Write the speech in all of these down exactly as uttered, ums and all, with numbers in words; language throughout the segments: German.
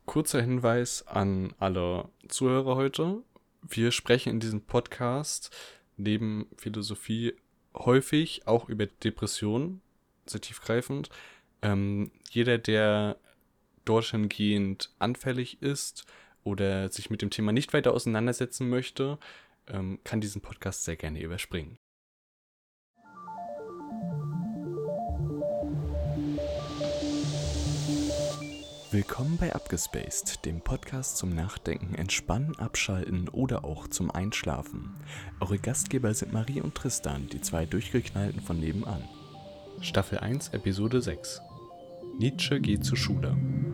kurzer Hinweis an alle Zuhörer heute. Wir sprechen in diesem Podcast neben Philosophie häufig auch über Depressionen, sehr tiefgreifend. Ähm, jeder, der dorthin gehend anfällig ist oder sich mit dem Thema nicht weiter auseinandersetzen möchte, ähm, kann diesen Podcast sehr gerne überspringen. Willkommen bei Abgespaced, dem Podcast zum Nachdenken, Entspannen, Abschalten oder auch zum Einschlafen. Eure Gastgeber sind Marie und Tristan, die zwei Durchgeknallten von nebenan. Staffel eins, Episode sechs. Nietzsche geht zur Schule.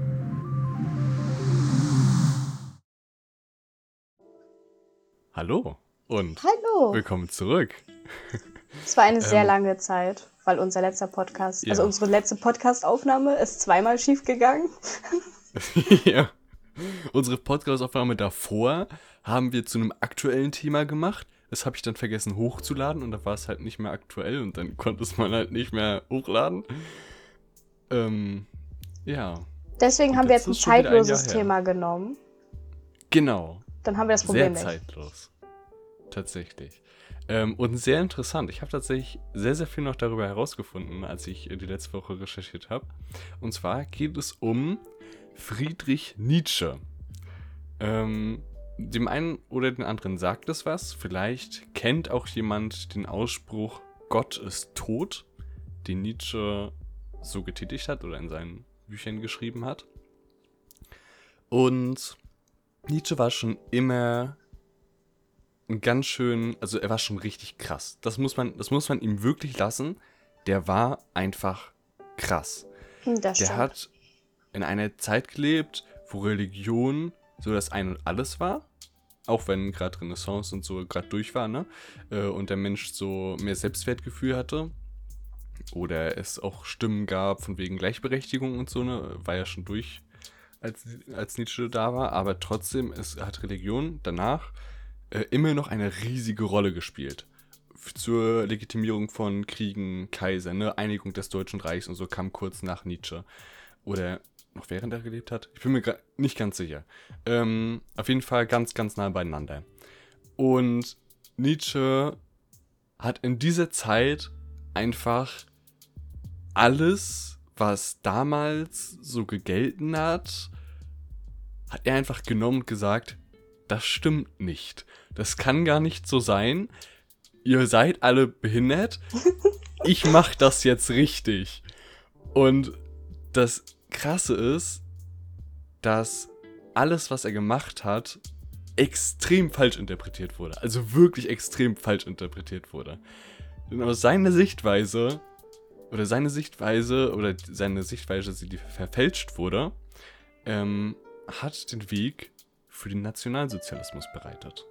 Hallo und Hallo. willkommen zurück. Es war eine sehr Ähm, lange Zeit, weil unser letzter Podcast, Ja. also unsere letzte Podcast-Aufnahme ist zweimal schief gegangen. Ja. Unsere Podcast-Aufnahme davor haben wir zu einem aktuellen Thema gemacht. Das habe ich dann vergessen hochzuladen und da war es halt nicht mehr aktuell und dann konnte es man halt nicht mehr hochladen. Ähm, ja, Deswegen Und haben wir jetzt jetzt ein ist schon wieder ein zeitloses Jahr her. Thema genommen. genau. Dann haben wir das Sehr Problem nicht. zeitlos. Tatsächlich. Ähm, und sehr interessant. Ich habe tatsächlich sehr, sehr viel noch darüber herausgefunden, als ich äh, die letzte Woche recherchiert habe. Und zwar geht es um Friedrich Nietzsche. Ähm, dem einen oder den anderen sagt es was. Vielleicht kennt auch jemand den Ausspruch Gott ist tot, den Nietzsche so getätigt hat oder in seinen Büchern geschrieben hat. Und Nietzsche war schon immer ein ganz schön, also er war schon richtig krass. Das muss man, das muss man ihm wirklich lassen. Der war einfach krass. Hm, Das Der stimmt. hat in einer Zeit gelebt, wo Religion so das Ein und Alles war. Auch wenn gerade Renaissance und so gerade durch war, ne? Äh, Und der Mensch so mehr Selbstwertgefühl hatte. Oder es auch Stimmen gab von wegen Gleichberechtigung und so, ne? War ja schon durch, als, als Nietzsche da war. Aber trotzdem es hat Religion danach äh, immer noch eine riesige Rolle gespielt. F- Zur Legitimierung von Kriegen, Kaiser, ne? Einigung des Deutschen Reichs und so kam kurz nach Nietzsche. Oder noch während er gelebt hat? Ich bin mir gra- nicht ganz sicher. Ähm, auf jeden Fall ganz, ganz nah beieinander. Und Nietzsche hat in dieser Zeit einfach alles, was damals so gegelten hat, hat er einfach genommen und gesagt, das stimmt nicht. Das kann gar nicht so sein. Ihr seid alle behindert. Ich mach das jetzt richtig. Und das Krasse ist, dass alles, was er gemacht hat, extrem falsch interpretiert wurde. Also wirklich extrem falsch interpretiert wurde. Denn aus seiner Sichtweise, oder seine Sichtweise, oder seine Sichtweise, die verfälscht wurde, ähm, hat den Weg für den Nationalsozialismus bereitet.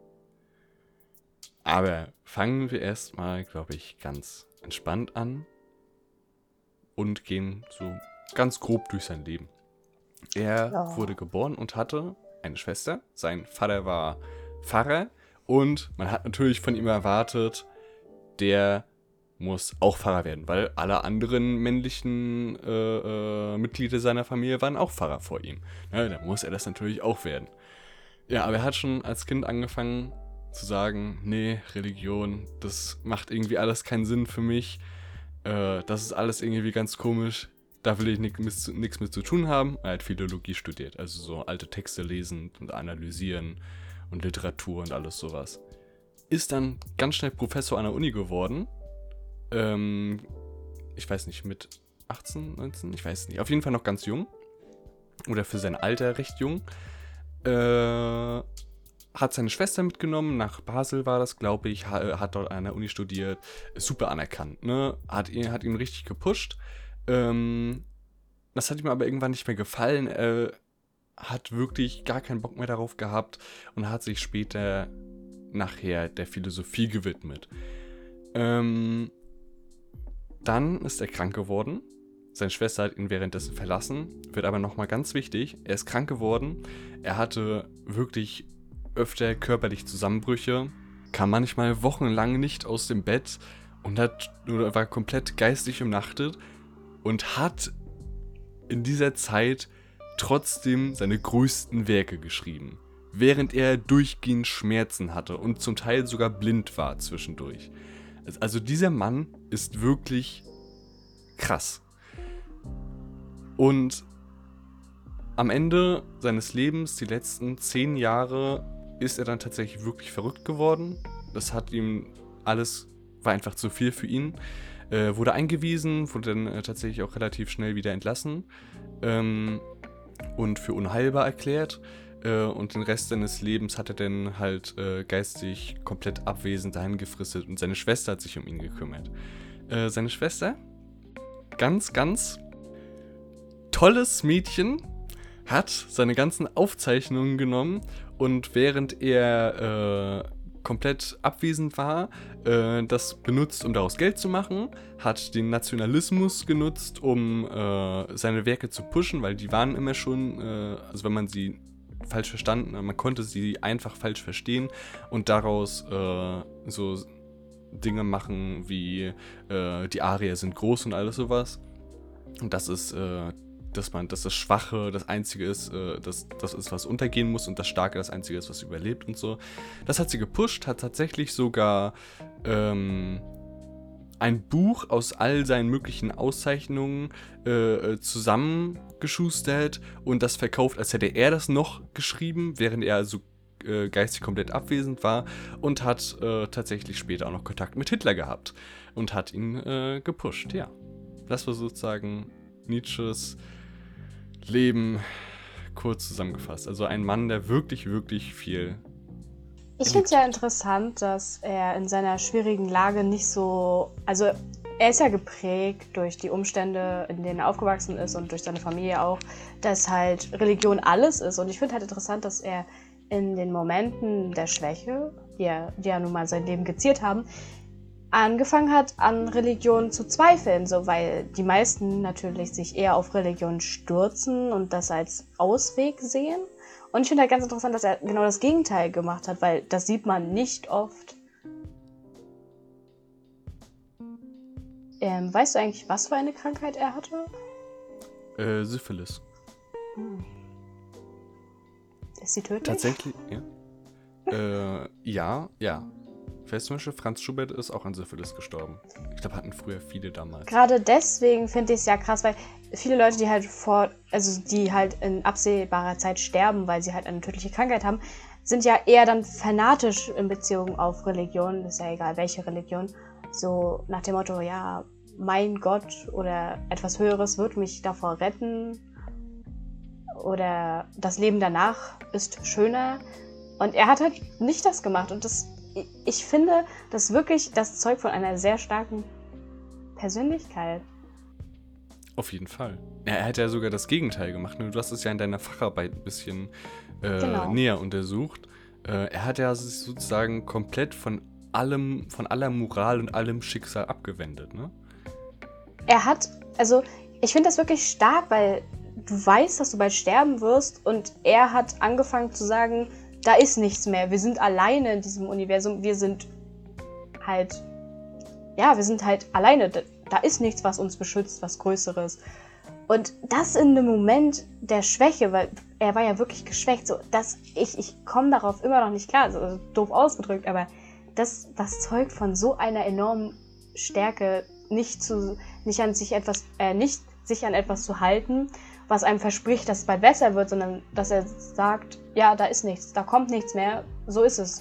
Aber fangen wir erstmal, glaube ich, ganz entspannt an und gehen so ganz grob durch sein Leben. Er Ja. wurde geboren und hatte eine Schwester. Sein Vater war Pfarrer und man hat natürlich von ihm erwartet, der muss auch Pfarrer werden, weil alle anderen männlichen äh, äh, Mitglieder seiner Familie waren auch Pfarrer vor ihm. Ja, dann muss er das natürlich auch werden. Ja, aber er hat schon als Kind angefangen zu sagen, nee, Religion, das macht irgendwie alles keinen Sinn für mich. Äh, das ist alles irgendwie ganz komisch. Da will ich nichts mit zu tun haben. Er hat Philologie studiert, also so alte Texte lesen und analysieren und Literatur und alles sowas. Ist dann ganz schnell Professor an der Uni geworden. Ähm, ich weiß nicht, mit achtzehn, neunzehn? Ich weiß nicht. Auf jeden Fall noch ganz jung. Oder für sein Alter recht jung. Äh, hat seine Schwester mitgenommen, nach Basel war das, glaube ich, ha- hat dort an der Uni studiert, ist super anerkannt, ne? Hat ihn, hat ihn richtig gepusht. Ähm, das hat ihm aber irgendwann nicht mehr gefallen. Er hat wirklich gar keinen Bock mehr darauf gehabt und hat sich später nachher der Philosophie gewidmet. Ähm, dann ist er krank geworden. Seine Schwester hat ihn währenddessen verlassen. Wird aber nochmal ganz wichtig. Er ist krank geworden. Er hatte wirklich öfter körperlich Zusammenbrüche. Kam manchmal wochenlang nicht aus dem Bett und hat, oder war komplett geistig umnachtet und hat in dieser Zeit trotzdem seine größten Werke geschrieben, während er durchgehend Schmerzen hatte und zum Teil sogar blind war zwischendurch. Also dieser Mann ist wirklich krass. Und am Ende seines Lebens, die letzten zehn Jahre, ist er dann tatsächlich wirklich verrückt geworden. Das hat ihm alles, war einfach zu viel für ihn. Äh, wurde eingewiesen, wurde dann äh, tatsächlich auch relativ schnell wieder entlassen ähm, und für unheilbar erklärt. Äh, und den Rest seines Lebens hat er dann halt äh, geistig komplett abwesend dahin gefristet und seine Schwester hat sich um ihn gekümmert. Äh, seine Schwester, ganz, ganz tolles Mädchen, hat seine ganzen Aufzeichnungen genommen und während er äh, komplett abwesend war, äh, das benutzt, um daraus Geld zu machen, hat den Nationalismus genutzt, um äh, seine Werke zu pushen, weil die waren immer schon, äh, also wenn man sie falsch verstanden, man konnte sie einfach falsch verstehen und daraus äh, so Dinge machen wie äh, die Arier sind groß und alles sowas. Und das ist äh, dass man, dass das Schwache das Einzige ist, äh, das, das ist, was untergehen muss und das Starke das Einzige ist, was überlebt und so. Das hat sie gepusht, hat tatsächlich sogar ähm, ein Buch aus all seinen möglichen Auszeichnungen äh, zusammengeschustert und das verkauft, als hätte er das noch geschrieben, während er also äh, geistig komplett abwesend war und hat äh, tatsächlich später auch noch Kontakt mit Hitler gehabt und hat ihn äh, gepusht, ja. Das war sozusagen Nietzsches Leben kurz zusammengefasst. Also ein Mann, der wirklich, wirklich viel... Ich finde es ja interessant, dass er in seiner schwierigen Lage nicht so... Also er ist ja geprägt durch die Umstände, in denen er aufgewachsen ist und durch seine Familie auch, dass halt Religion alles ist. Und ich finde halt interessant, dass er in den Momenten der Schwäche, die ja, die ja nun mal sein Leben geziert haben, angefangen hat, an Religion zu zweifeln, so, weil die meisten natürlich sich eher auf Religion stürzen und das als Ausweg sehen. Und ich finde halt ganz interessant, dass er genau das Gegenteil gemacht hat, weil das sieht man nicht oft. Ähm, weißt du eigentlich, was für eine Krankheit er hatte? Äh, Syphilis. Hm. Ist sie tödlich? Tatsächlich, ja. äh, ja, ja. Ich weiß zum Beispiel, Franz Schubert ist auch an Syphilis gestorben. Ich glaube, hatten früher viele damals. Gerade deswegen finde ich es ja krass, weil viele Leute, die halt vor, also die halt in absehbarer Zeit sterben, weil sie halt eine tödliche Krankheit haben, sind ja eher dann fanatisch in Beziehung auf Religion. Ist ja egal, welche Religion. So nach dem Motto, ja, mein Gott oder etwas Höheres wird mich davor retten. Oder das Leben danach ist schöner. Und er hat halt nicht das gemacht. Und das ich finde, das wirklich das Zeug von einer sehr starken Persönlichkeit. Auf jeden Fall. Ja, er hat ja sogar das Gegenteil gemacht. Du hast es ja in deiner Facharbeit ein bisschen äh, genau. näher untersucht. Äh, er hat ja sich sozusagen komplett von allem, von aller Moral und allem Schicksal abgewendet, ne? Er hat, also ich finde das wirklich stark, weil du weißt, dass du bald sterben wirst und er hat angefangen zu sagen, da ist nichts mehr. Wir sind alleine in diesem Universum. Wir sind halt, ja, wir sind halt alleine. Da, da ist nichts, was uns beschützt, was Größeres. Und das in einem Moment der Schwäche, weil er war ja wirklich geschwächt. So, dass ich, ich komme darauf immer noch nicht klar, also doof ausgedrückt, aber das, das zeugt von so einer enormen Stärke, nicht zu, nicht an sich etwas, äh, nicht sich an etwas zu halten, was einem verspricht, dass es bald besser wird, sondern dass er sagt, ja, da ist nichts, da kommt nichts mehr, so ist es.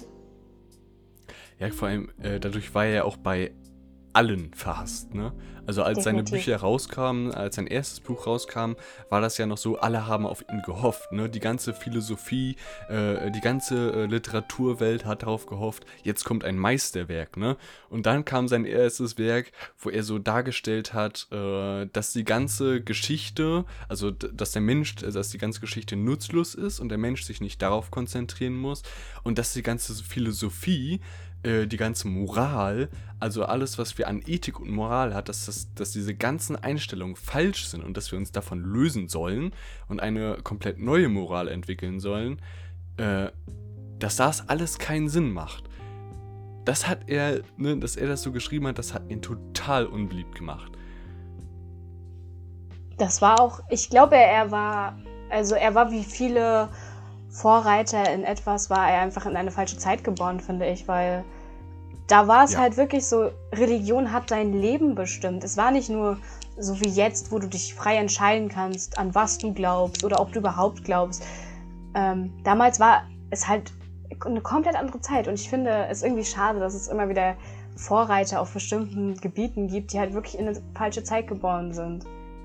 Ja, vor allem, äh, dadurch war er ja auch bei allen verhasst, ne? Also als Definitiv. seine Bücher rauskamen, als sein erstes Buch rauskam, war das ja noch so, alle haben auf ihn gehofft, ne? Die ganze Philosophie, äh, die ganze äh, Literaturwelt hat darauf gehofft, jetzt kommt ein Meisterwerk, ne? Und dann kam sein erstes Werk, wo er so dargestellt hat, äh, dass die ganze Geschichte, also dass der Mensch, dass die ganze Geschichte nutzlos ist und der Mensch sich nicht darauf konzentrieren muss und dass die ganze Philosophie, die ganze Moral, also alles, was wir an Ethik und Moral hat, dass, das, dass diese ganzen Einstellungen falsch sind und dass wir uns davon lösen sollen und eine komplett neue Moral entwickeln sollen, äh, dass das alles keinen Sinn macht. Das hat er, ne, dass er das so geschrieben hat, das hat ihn total unbeliebt gemacht. Das war auch, ich glaube, er war Also er war wie viele Vorreiter in etwas, war er einfach in eine falsche Zeit geboren, finde ich, weil da war es Ja. halt wirklich so, Religion hat dein Leben bestimmt. Es war nicht nur so wie jetzt, wo du dich frei entscheiden kannst, an was du glaubst oder ob du überhaupt glaubst. Ähm, damals war es halt eine komplett andere Zeit und ich finde es irgendwie schade, dass es immer wieder Vorreiter auf bestimmten Gebieten gibt, die halt wirklich in eine falsche Zeit geboren sind.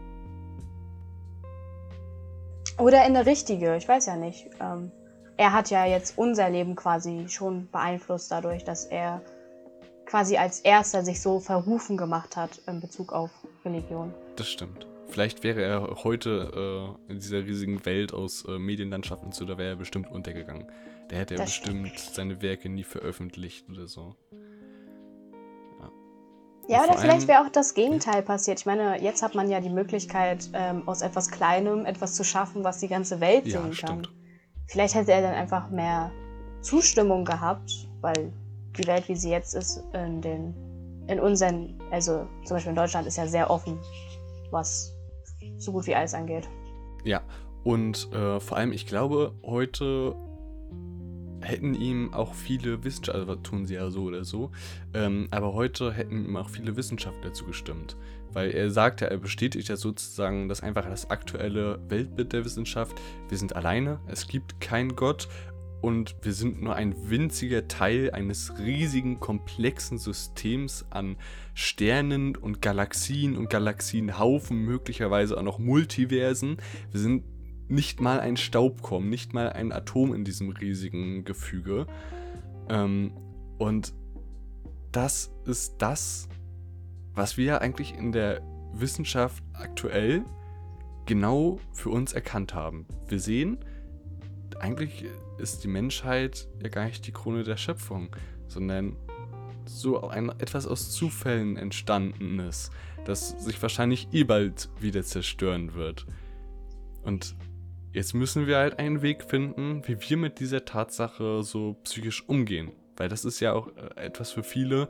Oder in eine richtige, ich weiß ja nicht. Ähm, er hat ja jetzt unser Leben quasi schon beeinflusst dadurch, dass er quasi als Erster sich so verrufen gemacht hat in Bezug auf Religion. Das stimmt. Vielleicht wäre er heute äh, in dieser riesigen Welt aus äh, Medienlandschaften und so, da wäre er bestimmt untergegangen. Da hätte er Das bestimmt seine Werke nie veröffentlicht oder so. Ja, Und oder vor vielleicht allem- wäre auch das Gegenteil passiert. Ich meine, jetzt hat man ja die Möglichkeit, ähm, aus etwas Kleinem etwas zu schaffen, was die ganze Welt Ja, sehen stimmt. kann. Vielleicht hätte er dann einfach mehr Zustimmung gehabt, weil die Welt, wie sie jetzt ist, in den, in unseren, also zum Beispiel in Deutschland, ist ja sehr offen, was so gut wie alles angeht. Ja, und äh, vor allem, ich glaube, heute hätten ihm auch viele Wissenschaftler, also tun sie ja so oder so, ähm, aber heute hätten ihm auch viele Wissenschaftler zugestimmt. Weil er sagt ja, er bestätigt ja sozusagen das einfach das aktuelle Weltbild der Wissenschaft. Wir sind alleine, es gibt keinen Gott und wir sind nur ein winziger Teil eines riesigen, komplexen Systems an Sternen und Galaxien und Galaxienhaufen, möglicherweise auch noch Multiversen. Wir sind nicht mal ein Staubkorn, nicht mal ein Atom in diesem riesigen Gefüge. Ähm, und das ist das, was wir eigentlich in der Wissenschaft aktuell genau für uns erkannt haben. Wir sehen, eigentlich ist die Menschheit ja gar nicht die Krone der Schöpfung, sondern so ein, etwas aus Zufällen entstandenes, das sich wahrscheinlich eh bald wieder zerstören wird. Und jetzt müssen wir halt einen Weg finden, wie wir mit dieser Tatsache so psychisch umgehen. Weil das ist ja auch äh, etwas für viele,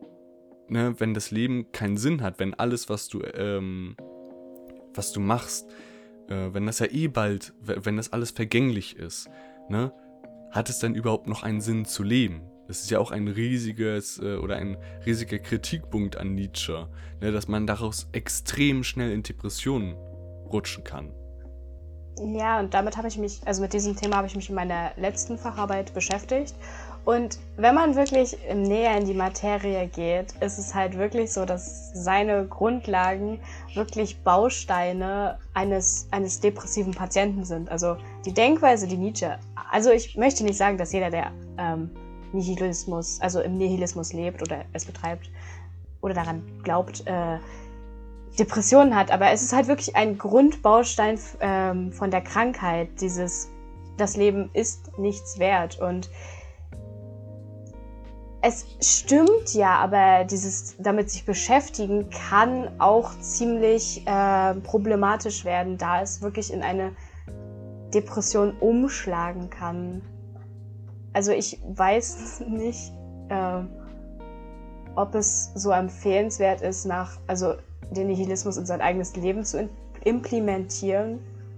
ne, wenn das Leben keinen Sinn hat, wenn alles, was du, ähm, was du machst, äh, wenn das ja eh bald, wenn das alles vergänglich ist, ne, hat es dann überhaupt noch einen Sinn zu leben? Das ist ja auch ein riesiges äh, oder ein riesiger Kritikpunkt an Nietzsche, ne, dass man daraus extrem schnell in Depressionen rutschen kann. Ja, und damit habe ich mich, also mit diesem Thema habe ich mich in meiner letzten Facharbeit beschäftigt. Und wenn man wirklich näher in die Materie geht, ist es halt wirklich so, dass seine Grundlagen wirklich Bausteine eines, eines depressiven Patienten sind. Also die Denkweise, die Nietzsche, also ich möchte nicht sagen, dass jeder, der ähm, Nihilismus, also im Nihilismus lebt oder es betreibt oder daran glaubt, äh, Depressionen hat, aber es ist halt wirklich ein Grundbaustein ähm, von der Krankheit, dieses, das Leben ist nichts wert und es stimmt ja, aber dieses damit sich beschäftigen kann auch ziemlich äh, problematisch werden, da es wirklich in eine Depression umschlagen kann. Also ich weiß nicht, äh, ob es so empfehlenswert ist, nach, also den Nihilismus in sein eigenes Leben zu in- implementieren.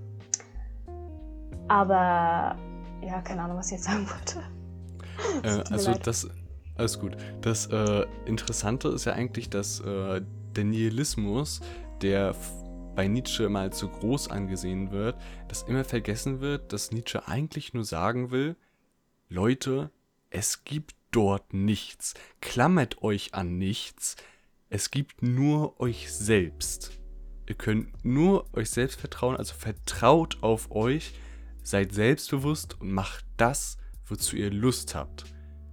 Aber ja, keine Ahnung, was ich jetzt sagen wollte. Äh, tut mir also leid. das, alles gut. Das äh, Interessante ist ja eigentlich, dass äh, der Nihilismus, der f- bei Nietzsche mal zu groß angesehen wird, dass immer vergessen wird, dass Nietzsche eigentlich nur sagen will, Leute, es gibt dort nichts. Klammert euch an nichts. Es gibt nur euch selbst. Ihr könnt nur euch selbst vertrauen, also vertraut auf euch, seid selbstbewusst und macht das, wozu ihr Lust habt.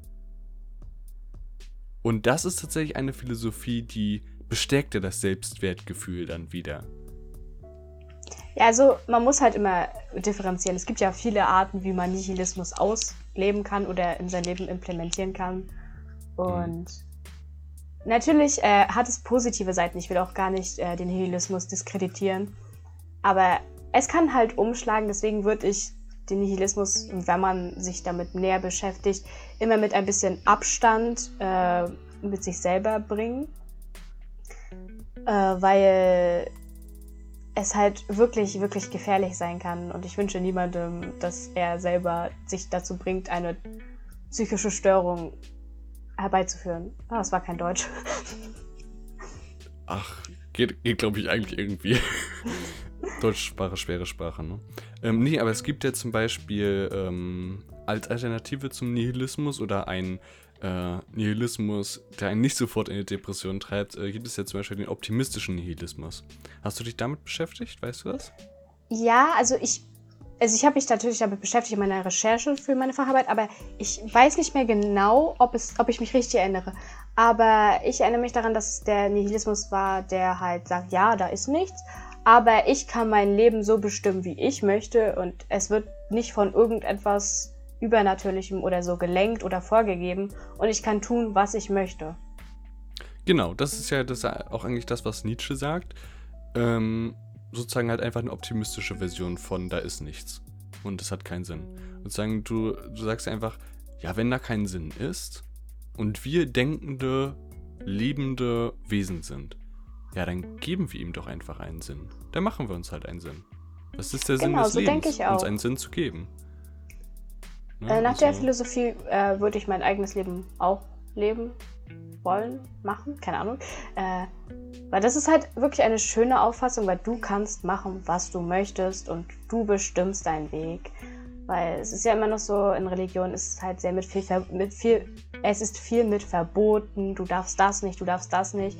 Und das ist tatsächlich eine Philosophie, die bestärkt ja das Selbstwertgefühl dann wieder. Ja, also man muss halt immer differenzieren. Es gibt ja viele Arten, wie man Nihilismus ausleben kann oder in sein Leben implementieren kann. Und mhm. natürlich äh, hat es positive Seiten. Ich will auch gar nicht äh, den Nihilismus diskreditieren. Aber es kann halt umschlagen. Deswegen würde ich den Nihilismus, wenn man sich damit näher beschäftigt, immer mit ein bisschen Abstand äh, mit sich selber bringen. Äh, weil es halt wirklich, wirklich gefährlich sein kann. Und ich wünsche niemandem, dass er selber sich dazu bringt, eine psychische Störung herbeizuführen. Ah, das war kein Deutsch. Ach, geht, geht glaube ich, eigentlich irgendwie. Deutschsprache, schwere Sprache, ne? Ähm, nee, aber es gibt ja zum Beispiel ähm, als Alternative zum Nihilismus oder ein äh, Nihilismus, der einen nicht sofort in die Depression treibt, äh, gibt es ja zum Beispiel den optimistischen Nihilismus. Hast du dich damit beschäftigt? Weißt du das? Ja, also ich, also ich habe mich natürlich damit beschäftigt in meiner Recherche für meine Facharbeit, aber ich weiß nicht mehr genau, ob, es, ob ich mich richtig erinnere. Aber ich erinnere mich daran, dass es der Nihilismus war, der halt sagt, ja, da ist nichts, aber ich kann mein Leben so bestimmen, wie ich möchte und es wird nicht von irgendetwas Übernatürlichem oder so gelenkt oder vorgegeben und ich kann tun, was ich möchte. Genau, das ist ja das auch eigentlich das, was Nietzsche sagt. Ähm, sozusagen halt einfach eine optimistische Version von da ist nichts. Und das hat keinen Sinn. Sozusagen, du, du sagst einfach, ja, wenn da kein Sinn ist und wir denkende, lebende Wesen sind, ja, dann geben wir ihm doch einfach einen Sinn. Dann machen wir uns halt einen Sinn. Das ist der Sinn Genau, des so denke Lebens, ich auch. uns einen Sinn zu geben. Ne? Äh, nach der Also- Philosophie äh, würde ich mein eigenes Leben auch leben wollen, machen, keine Ahnung. Äh, weil das ist halt wirklich eine schöne Auffassung, weil du kannst machen, was du möchtest und du bestimmst deinen Weg. Weil es ist ja immer noch so, in Religion ist es halt sehr mit viel, Ver- mit viel, es ist viel mit Verboten, du darfst das nicht, du darfst das nicht.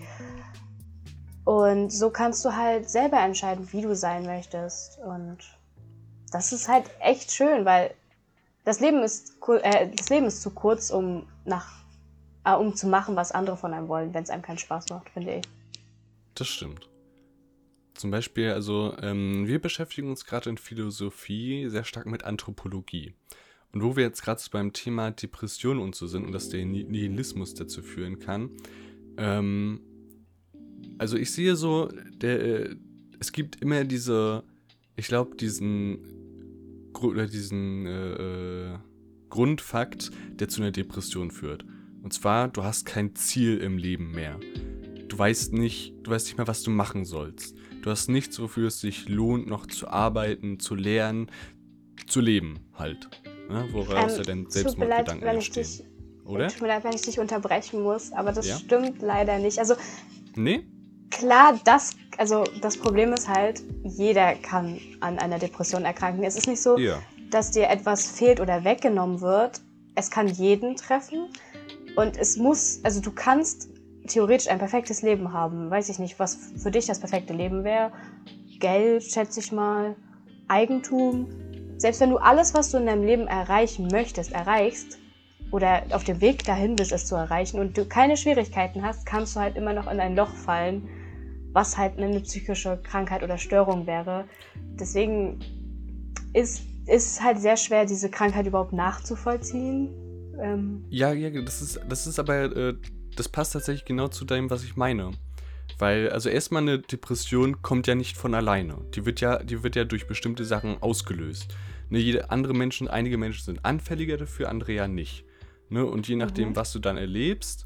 Und so kannst du halt selber entscheiden, wie du sein möchtest. Und das ist halt echt schön, weil das Leben ist, ku- äh, das Leben ist zu kurz, um, nach, äh, um zu machen, was andere von einem wollen, wenn es einem keinen Spaß macht, finde ich. Das stimmt. Zum Beispiel, also ähm, wir beschäftigen uns gerade in Philosophie sehr stark mit Anthropologie. Und wo wir jetzt gerade so beim Thema Depression und so sind und dass der Ni- Nihilismus dazu führen kann, ähm, also ich sehe so, der, äh, es gibt immer diese, ich glaube, diesen, Gru- oder diesen äh, äh, Grundfakt, der zu einer Depression führt. Und zwar, du hast kein Ziel im Leben mehr. Du weißt nicht, du weißt nicht mehr, was du machen sollst. Du hast nichts, wofür es sich lohnt, noch zu arbeiten, zu lernen, zu leben halt. Ne? Woraus ja Ähm, dann es tut mir leid, Selbstmordgedanken wenn ich entstehen. dich, Oder? tut mir leid, wenn ich dich unterbrechen muss, aber das Ja? stimmt leider nicht. Also Nee? klar, das, also das Problem ist halt, jeder kann an einer Depression erkranken. Es ist nicht so, Ja. dass dir etwas fehlt oder weggenommen wird. Es kann jeden treffen und es muss, also du kannst theoretisch ein perfektes Leben haben. Weiß ich nicht, was für dich das perfekte Leben wäre. Geld, schätze ich mal, Eigentum. Selbst wenn du alles, was du in deinem Leben erreichen möchtest, erreichst oder auf dem Weg dahin bist, es zu erreichen und du keine Schwierigkeiten hast, kannst du halt immer noch in ein Loch fallen, was halt eine psychische Krankheit oder Störung wäre. Deswegen ist es halt sehr schwer, diese Krankheit überhaupt nachzuvollziehen. Ähm, Ja, ja, das ist, das ist aber, äh, das passt tatsächlich genau zu dem, was ich meine. Weil, also erstmal eine Depression kommt ja nicht von alleine. Die wird ja, die wird ja durch bestimmte Sachen ausgelöst. Ne, jede, andere Menschen, einige Menschen sind anfälliger dafür, andere ja nicht. Ne, und je nachdem, Mhm. was du dann erlebst,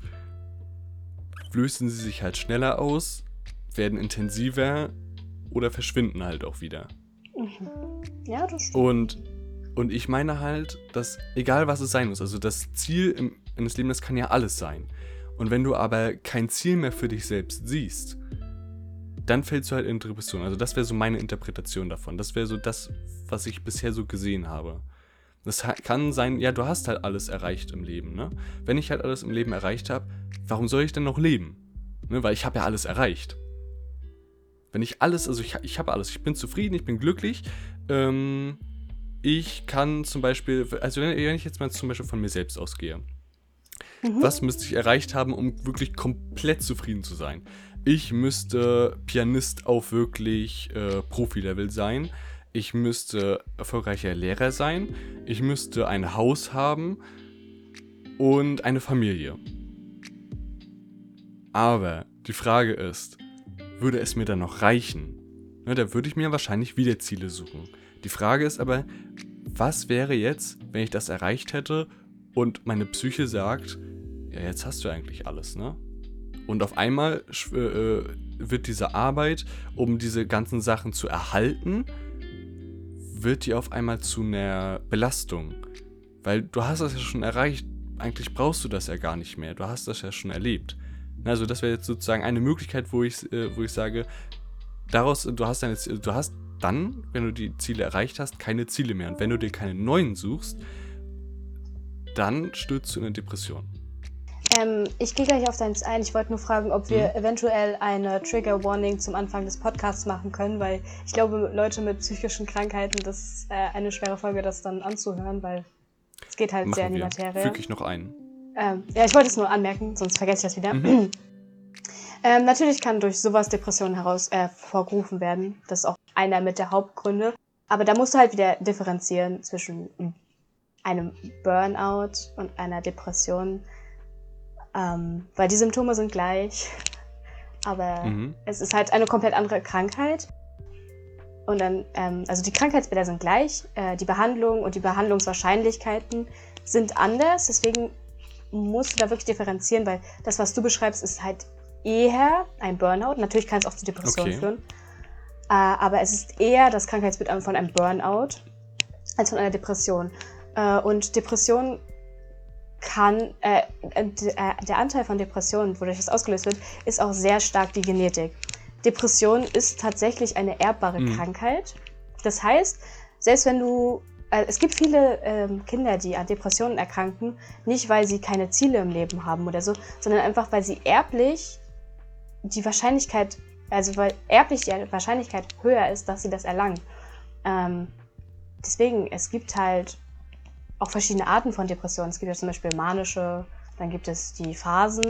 lösen sie sich halt schneller aus, werden intensiver oder verschwinden halt auch wieder. ja, das stimmt. Und, und ich meine halt, dass egal was es sein muss, also das Ziel im, in das Leben, das kann ja alles sein. Und wenn du aber kein Ziel mehr für dich selbst siehst, dann fällst du halt in Depression. Also das wäre so meine Interpretation davon. Das wäre so das, was ich bisher so gesehen habe. Das ha- kann sein, ja, du hast halt alles erreicht im Leben, ne? Wenn ich halt alles im Leben erreicht habe, warum soll ich denn noch leben? Ne? Weil ich habe ja alles erreicht. Wenn ich alles, also ich, ich habe alles, ich bin zufrieden, ich bin glücklich, ähm, ich kann zum Beispiel, also wenn, wenn ich jetzt mal zum Beispiel von mir selbst ausgehe, Mhm. was müsste ich erreicht haben, um wirklich komplett zufrieden zu sein? Ich müsste Pianist auf wirklich äh, Profi-Level sein. Ich müsste erfolgreicher Lehrer sein. Ich müsste ein Haus haben und eine Familie. Aber die Frage ist, würde es mir dann noch reichen? Ne, da würde ich mir wahrscheinlich wieder Ziele suchen. Die Frage ist aber, was wäre jetzt, wenn ich das erreicht hätte und meine Psyche sagt, ja, jetzt hast du eigentlich alles, ne? Und auf einmal schw- äh, wird diese Arbeit, um diese ganzen Sachen zu erhalten, wird die auf einmal zu einer Belastung. Weil du hast das ja schon erreicht, eigentlich brauchst du das ja gar nicht mehr, du hast das ja schon erlebt. Also das wäre jetzt sozusagen eine Möglichkeit, wo ich, äh, wo ich sage, daraus, du hast deine, du hast dann, wenn du die Ziele erreicht hast, keine Ziele mehr. Und wenn du dir keine neuen suchst, dann stürzt du in eine Depression. Ähm, ich gehe gleich auf deins ein. Ich wollte nur fragen, ob wir Mhm. eventuell eine Trigger Warning zum Anfang des Podcasts machen können, weil ich glaube, Leute mit psychischen Krankheiten, das ist äh, eine schwere Folge, das dann anzuhören, weil es geht halt sehr in Machen die wir. Materie. Füge ich noch ein. Ähm, ja, ich wollte es nur anmerken, sonst vergesse ich das wieder. Mhm. ähm, natürlich kann durch sowas Depressionen heraus äh, hervorgerufen werden. Das ist auch einer mit der Hauptgründe. Aber da musst du halt wieder differenzieren zwischen einem Burnout und einer Depression. Ähm, weil die Symptome sind gleich, aber Mhm. es ist halt eine komplett andere Krankheit. Und dann, ähm, also die Krankheitsbilder sind gleich, äh, die Behandlung und die Behandlungswahrscheinlichkeiten sind anders, deswegen musst du da wirklich differenzieren, weil das, was du beschreibst, ist halt eher ein Burnout. Natürlich kann es auch zu Depressionen Okay. führen, äh, aber es ist eher das Krankheitsbild von einem Burnout als von einer Depression. Äh, und Depression kann, äh, äh, der Anteil von Depressionen, wodurch das ausgelöst wird, ist auch sehr stark die Genetik. Depression ist tatsächlich eine erbbare Mhm. Krankheit. Das heißt, selbst wenn du, äh, es gibt viele ähm, Kinder, die an Depressionen erkranken, nicht weil sie keine Ziele im Leben haben oder so, sondern einfach, weil sie erblich die Wahrscheinlichkeit, also weil erblich die Wahrscheinlichkeit höher ist, dass sie das erlangen. Ähm, deswegen, es gibt halt auch verschiedene Arten von Depressionen. Es gibt ja zum Beispiel manische, dann gibt es die Phasen.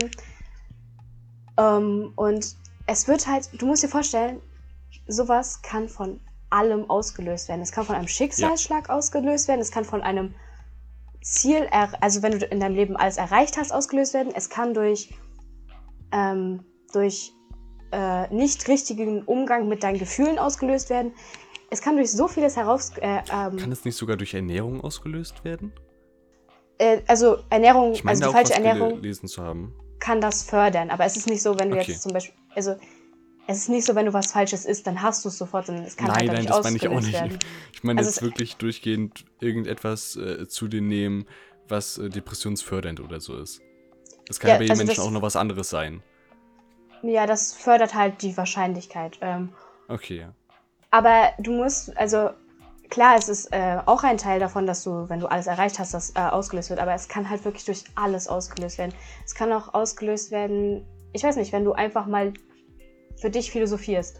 Ähm, und es wird halt, du musst dir vorstellen, sowas kann von allem ausgelöst werden. Es kann von einem Schicksalsschlag ja. ausgelöst werden, es kann von einem Ziel, also wenn du in deinem Leben alles erreicht hast, ausgelöst werden. Es kann durch, ähm, durch äh, nicht richtigen Umgang mit deinen Gefühlen ausgelöst werden. Es kann durch so vieles heraus... Äh, ähm, kann es nicht sogar durch Ernährung ausgelöst werden? Äh, also Ernährung, ich meine, also die falsche was Ernährung gelesen zu haben. Kann das fördern. Aber es ist nicht so, wenn du okay. jetzt zum Beispiel... Also es ist nicht so, wenn du was Falsches isst, dann hast du es sofort, sondern es kann nein, halt dadurch nein, das meine ich auch nicht. Werden. Ich meine also jetzt wirklich durchgehend irgendetwas äh, zu dir nehmen, was äh, depressionsfördernd oder so ist. Das kann ja, bei jedem also Menschen das, auch noch was anderes sein. Ja, das fördert halt die Wahrscheinlichkeit. Ähm, okay, ja. Aber du musst, also klar, es ist äh, auch ein Teil davon, dass du, wenn du alles erreicht hast, das äh, ausgelöst wird, aber es kann halt wirklich durch alles ausgelöst werden. Es kann auch ausgelöst werden, ich weiß nicht, wenn du einfach mal für dich philosophierst.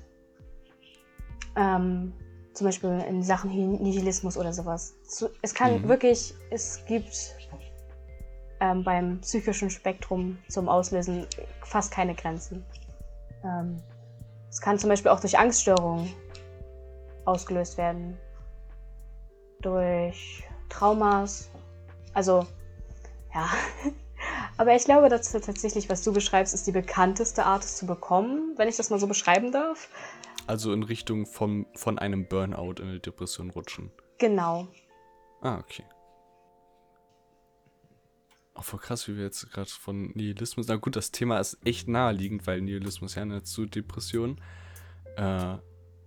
Ähm, zum Beispiel in Sachen Nihilismus oder sowas. Es kann mhm. wirklich, es gibt ähm, beim psychischen Spektrum zum Auslösen fast keine Grenzen. Ähm, es kann zum Beispiel auch durch Angststörungen ausgelöst werden. Durch Traumas. Also, ja. Aber ich glaube, dass tatsächlich, was du beschreibst, ist die bekannteste Art, es zu bekommen, wenn ich das mal so beschreiben darf. Also in Richtung von, von einem Burnout in eine Depression rutschen. Genau. Ah, okay. Auch voll krass, wie wir jetzt gerade von Nihilismus... Na gut, das Thema ist echt naheliegend, weil Nihilismus ja nicht zu Depression. Äh,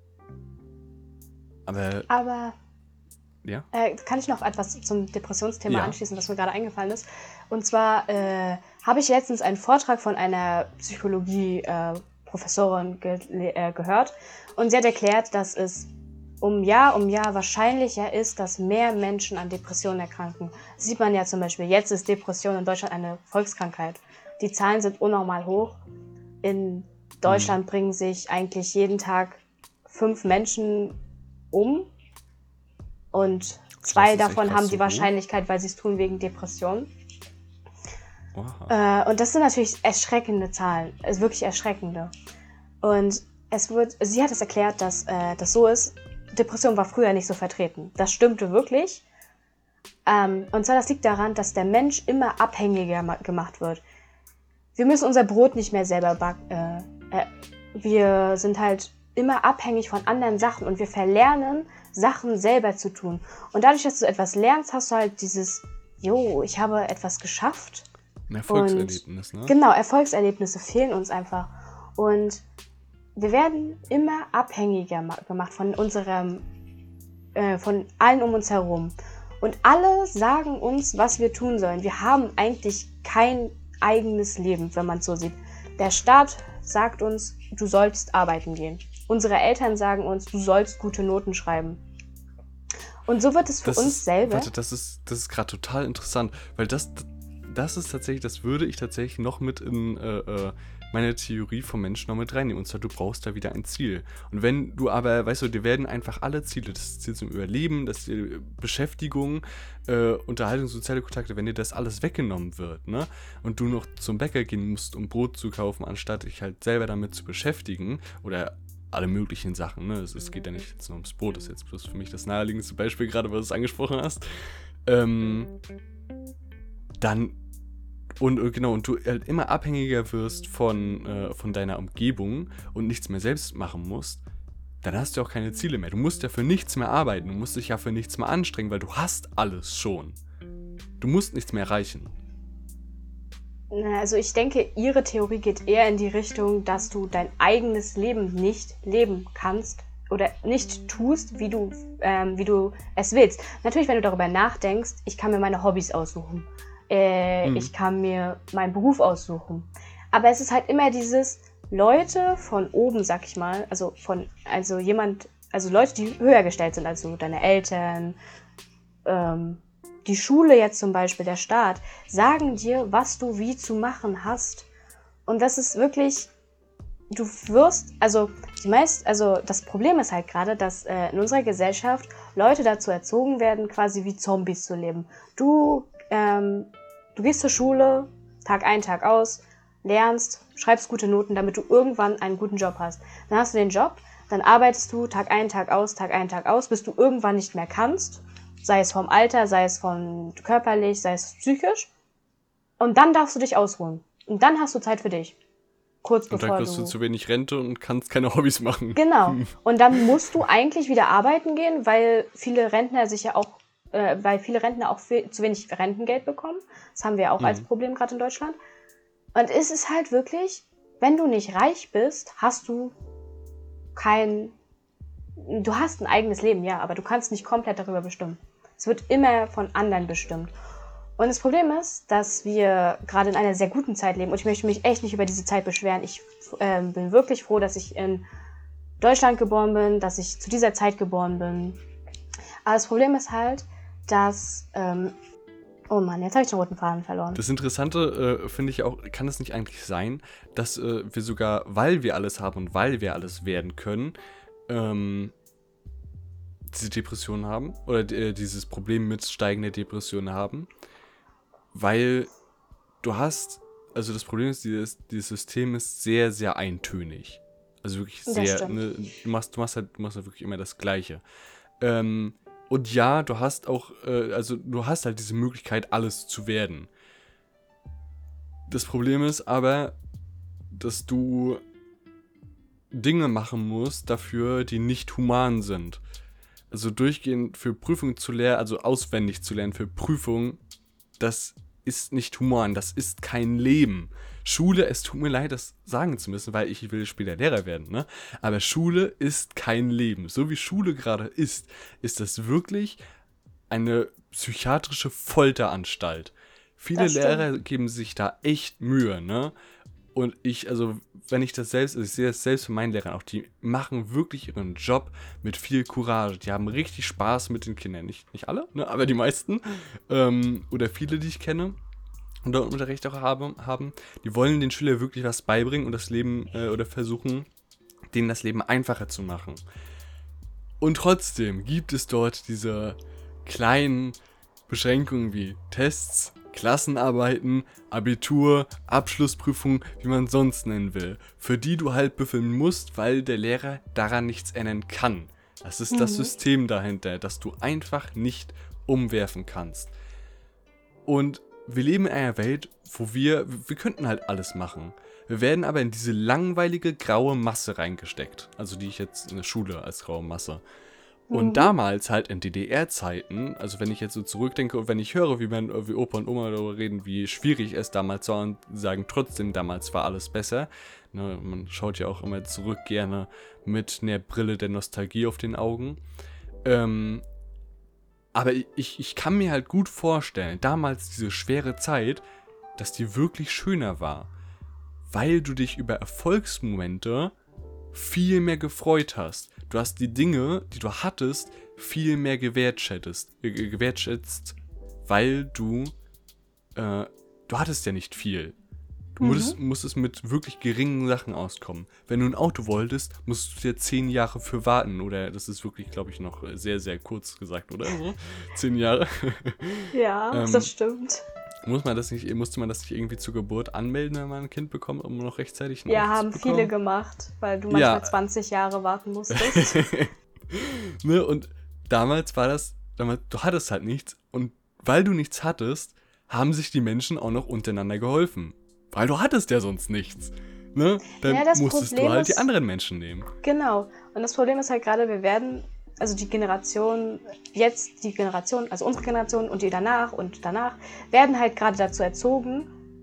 aber... Aber... Ja? Äh, kann ich noch etwas zum Depressionsthema ja. anschließen, was mir gerade eingefallen ist? Und zwar äh, habe ich letztens einen Vortrag von einer Psychologie-Professorin äh, ge- äh, gehört und sie hat erklärt, dass es um Jahr um Jahr wahrscheinlicher ist, dass mehr Menschen an Depressionen erkranken. Das sieht man ja zum Beispiel, jetzt ist Depression in Deutschland eine Volkskrankheit. Die Zahlen sind unnormal hoch. In Deutschland mhm. bringen sich eigentlich jeden Tag fünf Menschen um. Und zwei davon haben die so Wahrscheinlichkeit, hoch? Weil sie es tun wegen Depression. Äh, und das sind natürlich erschreckende Zahlen. Also wirklich erschreckende. Und es wird, sie hat es erklärt, dass äh, das so ist. Depression war früher nicht so vertreten. Das stimmte wirklich. Ähm, und zwar das liegt daran, dass der Mensch immer abhängiger ma- gemacht wird. Wir müssen unser Brot nicht mehr selber backen. Äh, äh, wir sind halt immer abhängig von anderen Sachen und wir verlernen, Sachen selber zu tun. Und dadurch, dass du etwas lernst, hast du halt dieses, jo, ich habe etwas geschafft. Ein Erfolgserlebnis, und, ne? Genau, Erfolgserlebnisse fehlen uns einfach. Und wir werden immer abhängiger ma- gemacht von unserem, äh, von allen um uns herum. Und alle sagen uns, was wir tun sollen. Wir haben eigentlich kein eigenes Leben, wenn man es so sieht. Der Staat sagt uns, du sollst arbeiten gehen. Unsere Eltern sagen uns, du sollst gute Noten schreiben. Und so wird es für Das uns ist, selber. warte, das ist, das ist gerade total interessant, weil das, das ist tatsächlich, das würde ich tatsächlich noch mit in äh, äh, meine Theorie vom Menschen noch mit reinnehmen. Und zwar, du brauchst da wieder ein Ziel. Und wenn du aber, weißt du, dir werden einfach alle Ziele, das Ziel zum Überleben, das Ziel Beschäftigung, äh, Unterhaltung, soziale Kontakte, wenn dir das alles weggenommen wird, ne, und du noch zum Bäcker gehen musst, um Brot zu kaufen, anstatt dich halt selber damit zu beschäftigen, oder alle möglichen Sachen, ne, es, es geht ja nicht jetzt nur ums Brot, das ist jetzt bloß für mich das naheliegendste Beispiel, gerade was du angesprochen hast, ähm, dann Und äh, genau, und du halt immer abhängiger wirst von, äh, von deiner Umgebung und nichts mehr selbst machen musst, dann hast du auch keine Ziele mehr. Du musst ja für nichts mehr arbeiten, du musst dich ja für nichts mehr anstrengen, weil du hast alles schon. Du musst nichts mehr erreichen. Na, Also ich denke, ihre Theorie geht eher in die Richtung, dass du dein eigenes Leben nicht leben kannst oder nicht tust, wie du, ähm, wie du es willst. Natürlich, wenn du darüber nachdenkst, ich kann mir meine Hobbys aussuchen. Äh, Mhm. Ich kann mir meinen Beruf aussuchen. Aber es ist halt immer dieses Leute von oben, sag ich mal, also von, also jemand, also Leute, die höher gestellt sind, also deine Eltern, ähm, die Schule jetzt zum Beispiel, der Staat, sagen dir, was du wie zu machen hast. Und das ist wirklich, du wirst, also die meist, also das Problem ist halt gerade, dass äh, in unserer Gesellschaft Leute dazu erzogen werden, quasi wie Zombies zu leben. Du, ähm, du gehst zur Schule, Tag ein, Tag aus, lernst, schreibst gute Noten, damit du irgendwann einen guten Job hast. Dann hast du den Job, dann arbeitest du Tag ein, Tag aus, Tag ein, Tag aus, bis du irgendwann nicht mehr kannst, sei es vom Alter, sei es von körperlich, sei es psychisch. Und dann darfst du dich ausruhen. Und dann hast du Zeit für dich. Kurz Und dann bevor kriegst du du... zu wenig Rente und kannst keine Hobbys machen. Genau. Und dann musst du eigentlich wieder arbeiten gehen, weil viele Rentner sich ja auch, äh, weil viele Rentner auch viel, zu wenig Rentengeld bekommen. Das haben wir auch Mhm. als Problem gerade in Deutschland. Und es ist halt wirklich, wenn du nicht reich bist, hast du kein, du hast ein eigenes Leben, ja, aber du kannst nicht komplett darüber bestimmen. Es wird immer von anderen bestimmt. Und das Problem ist, dass wir gerade in einer sehr guten Zeit leben. Und ich möchte mich echt nicht über diese Zeit beschweren. Ich äh, bin wirklich froh, dass ich in Deutschland geboren bin, dass ich zu dieser Zeit geboren bin. Aber das Problem ist halt, dass... Ähm, oh Mann, jetzt habe ich den roten Faden verloren. Das Interessante, äh, finde ich auch, kann es nicht eigentlich sein, dass äh, wir sogar, weil wir alles haben und weil wir alles werden können, ähm, diese Depression haben oder äh, dieses Problem mit steigender Depression haben, weil du hast, also das Problem ist, dieses, dieses System ist sehr, sehr eintönig. Also wirklich Das sehr, stimmt. ne, du machst, du machst halt, du machst halt wirklich immer das Gleiche. Ähm, und ja, du hast auch, äh, also du hast halt diese Möglichkeit, alles zu werden. Das Problem ist aber, dass du Dinge machen musst dafür, die nicht human sind. Also durchgehend für Prüfungen zu lernen, also auswendig zu lernen für Prüfungen, das ist nicht human, das ist kein Leben. Schule, es tut mir leid, das sagen zu müssen, weil ich will später Lehrer werden, ne? Aber Schule ist kein Leben. So wie Schule gerade ist, ist das wirklich eine psychiatrische Folteranstalt. Viele Das stimmt. Lehrer geben sich da echt Mühe, ne? Und ich, also, wenn ich das selbst, also ich sehe das selbst von meinen Lehrern auch, die machen wirklich ihren Job mit viel Courage. Die haben richtig Spaß mit den Kindern. Nicht, nicht alle, ne, aber die meisten. Ähm, oder viele, die ich kenne und dort Unterricht auch habe, haben. Die wollen den Schülern wirklich was beibringen und das Leben, äh, oder versuchen, denen das Leben einfacher zu machen. Und trotzdem gibt es dort diese kleinen Beschränkungen wie Tests, Klassenarbeiten, Abitur, Abschlussprüfung, wie man es sonst nennen will, für die du halt büffeln musst, weil der Lehrer daran nichts ändern kann. Das ist das Mhm. System dahinter, das du einfach nicht umwerfen kannst. Und wir leben in einer Welt, wo wir, wir könnten halt alles machen. Wir werden aber in diese langweilige graue Masse reingesteckt. Also die ich jetzt in der Schule als graue Masse. Und Mhm. damals halt in D D R-Zeiten, also wenn ich jetzt so zurückdenke und wenn ich höre, wie, mein, wie Opa und Oma darüber reden, wie schwierig es damals war und sagen trotzdem, damals war alles besser. Ne, man schaut ja auch immer zurück gerne mit einer Brille der Nostalgie auf den Augen. Ähm, aber ich, ich kann mir halt gut vorstellen, damals diese schwere Zeit, dass die wirklich schöner war. Weil du dich über Erfolgsmomente viel mehr gefreut hast. Du hast die Dinge, die du hattest, viel mehr gewertschätzt, äh, gewertschätzt, weil du, äh, du hattest ja nicht viel. Du Mhm. musstest, musstest mit wirklich geringen Sachen auskommen. Wenn du ein Auto wolltest, musstest du dir zehn Jahre für warten. Oder das ist wirklich, glaube ich, noch sehr, sehr kurz gesagt, oder so? Zehn Jahre. Ja, ähm, das stimmt. muss man das nicht, musste man das nicht irgendwie zur Geburt anmelden, wenn man ein Kind bekommt, um noch rechtzeitig ein Ja, Auto haben zu viele bekommen? gemacht, weil du manchmal Ja. zwanzig Jahre warten musstest. Ne, und damals war das, damals, du hattest halt nichts und weil du nichts hattest, haben sich die Menschen auch noch untereinander geholfen. Weil du hattest ja sonst nichts. Ne? Dann Ja, das musstest Problem du halt die ist- anderen Menschen nehmen. Genau. Und das Problem ist halt gerade, wir werden, also die Generation, jetzt die Generation, also unsere Generation und die danach und danach, werden halt gerade dazu erzogen,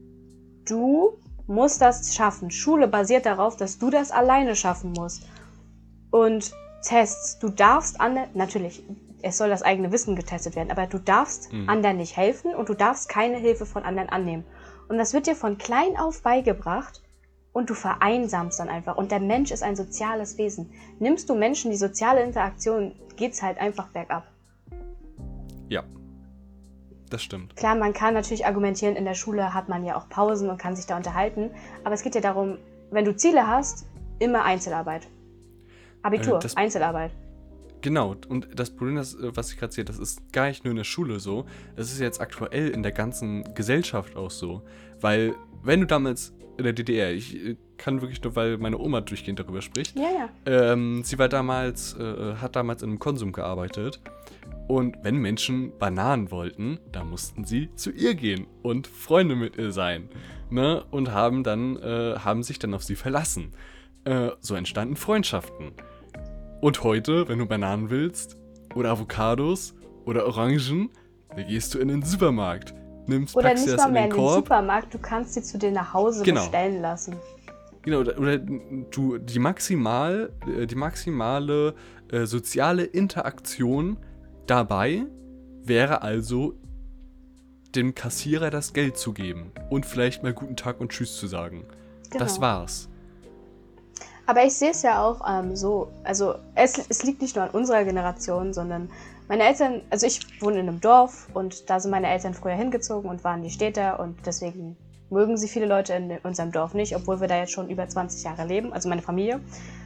du musst das schaffen. Schule basiert darauf, dass du das alleine schaffen musst. Und Tests, du darfst anderen, natürlich, es soll das eigene Wissen getestet werden, aber du darfst Mhm. anderen nicht helfen und du darfst keine Hilfe von anderen annehmen. Und das wird dir von klein auf beigebracht und du vereinsamst dann einfach. Und der Mensch ist ein soziales Wesen. Nimmst du Menschen die soziale Interaktion, geht's halt einfach bergab. Ja, das stimmt. Klar, man kann natürlich argumentieren, in der Schule hat man ja auch Pausen und kann sich da unterhalten, aber es geht ja darum, wenn du Ziele hast, immer Einzelarbeit. Abitur, Äh, das- Einzelarbeit. Genau, und das Problem, das, äh, was ich gerade sehe, das ist gar nicht nur in der Schule so, das ist jetzt aktuell in der ganzen Gesellschaft auch so. Weil, wenn du damals in der D D R, ich äh, kann wirklich nur, weil meine Oma durchgehend darüber spricht, Ja, ja. ähm, sie war damals, äh, hat damals in einem Konsum gearbeitet und wenn Menschen Bananen wollten, dann mussten sie zu ihr gehen und Freunde mit ihr sein, ne, und haben dann, äh, haben sich dann auf sie verlassen. Äh, so entstanden Freundschaften. Und heute, wenn du Bananen willst, oder Avocados, oder Orangen, dann gehst du in den Supermarkt, nimmst, Oder packst dir nicht das mal in mehr den in den Korb. Supermarkt, du kannst sie zu dir nach Hause Genau. bestellen lassen. Genau, oder, oder du, die, maximal, äh, die maximale äh, soziale Interaktion dabei wäre also, dem Kassierer das Geld zu geben und vielleicht mal guten Tag und Tschüss zu sagen. Genau. Das war's. Aber ich sehe es ja auch ähm, so, also es, es liegt nicht nur an unserer Generation, sondern meine Eltern, also ich wohne in einem Dorf und da sind meine Eltern früher hingezogen und waren die Städter und deswegen mögen sie viele Leute in unserem Dorf nicht, obwohl wir da jetzt schon über zwanzig Jahre leben, also meine Familie.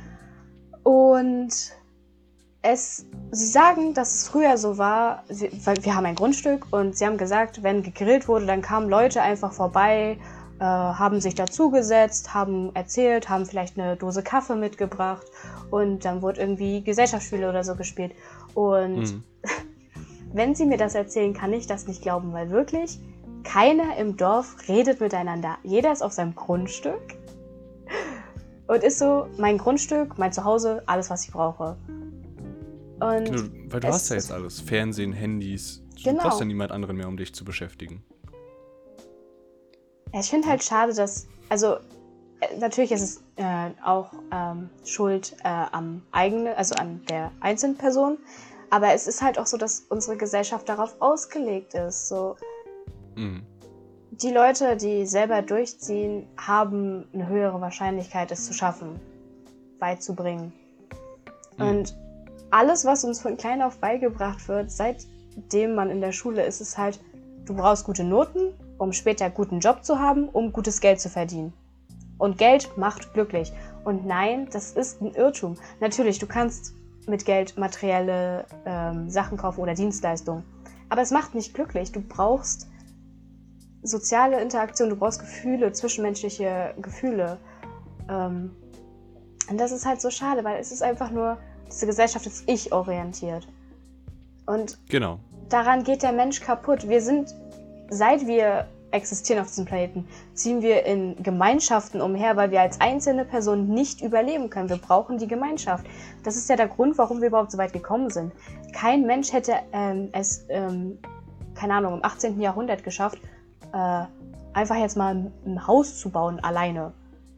Und es, sie sagen, dass es früher so war, sie, weil wir haben ein Grundstück und sie haben gesagt, wenn gegrillt wurde, dann kamen Leute einfach vorbei, äh, haben sich dazugesetzt, haben erzählt, haben vielleicht eine Dose Kaffee mitgebracht und dann wurde irgendwie Gesellschaftsspiele oder so gespielt. Und Mhm. wenn sie mir das erzählen, kann ich das nicht glauben, weil wirklich keiner im Dorf redet miteinander. Jeder ist auf seinem Grundstück und ist so, mein Grundstück, mein Zuhause, alles, was ich brauche. Und Genau, weil du es hast ja ist- jetzt alles. Fernsehen, Handys. Du Genau. brauchst ja niemand anderen mehr, um dich zu beschäftigen. Ja, ich finde halt schade, dass, also äh, natürlich ist es äh, auch ähm, Schuld äh, am eigenen, also an der einzelnen Person, aber es ist halt auch so, dass unsere Gesellschaft darauf ausgelegt ist. So, Mhm. die Leute, die selber durchziehen, haben eine höhere Wahrscheinlichkeit, es zu schaffen, weit zu bringen. Mhm. Und alles, was uns von klein auf beigebracht wird, seitdem man in der Schule ist, ist halt, du brauchst gute Noten, um später einen guten Job zu haben, um gutes Geld zu verdienen. Und Geld macht glücklich. Und nein, das ist ein Irrtum. Natürlich, du kannst mit Geld materielle ähm, Sachen kaufen oder Dienstleistungen. Aber es macht nicht glücklich. Du brauchst soziale Interaktion, du brauchst Gefühle, zwischenmenschliche Gefühle. Ähm, und das ist halt so schade, weil es ist einfach nur, diese Gesellschaft ist ich-orientiert. Und Genau. daran geht der Mensch kaputt. Wir sind, seit wir existieren auf diesem Planeten, ziehen wir in Gemeinschaften umher, weil wir als einzelne Person nicht überleben können. Wir brauchen die Gemeinschaft. Das ist ja der Grund, warum wir überhaupt so weit gekommen sind. Kein Mensch hätte ähm, es, ähm, keine Ahnung, im achtzehnten. Jahrhundert geschafft, äh, einfach jetzt mal ein, ein Haus zu bauen, alleine.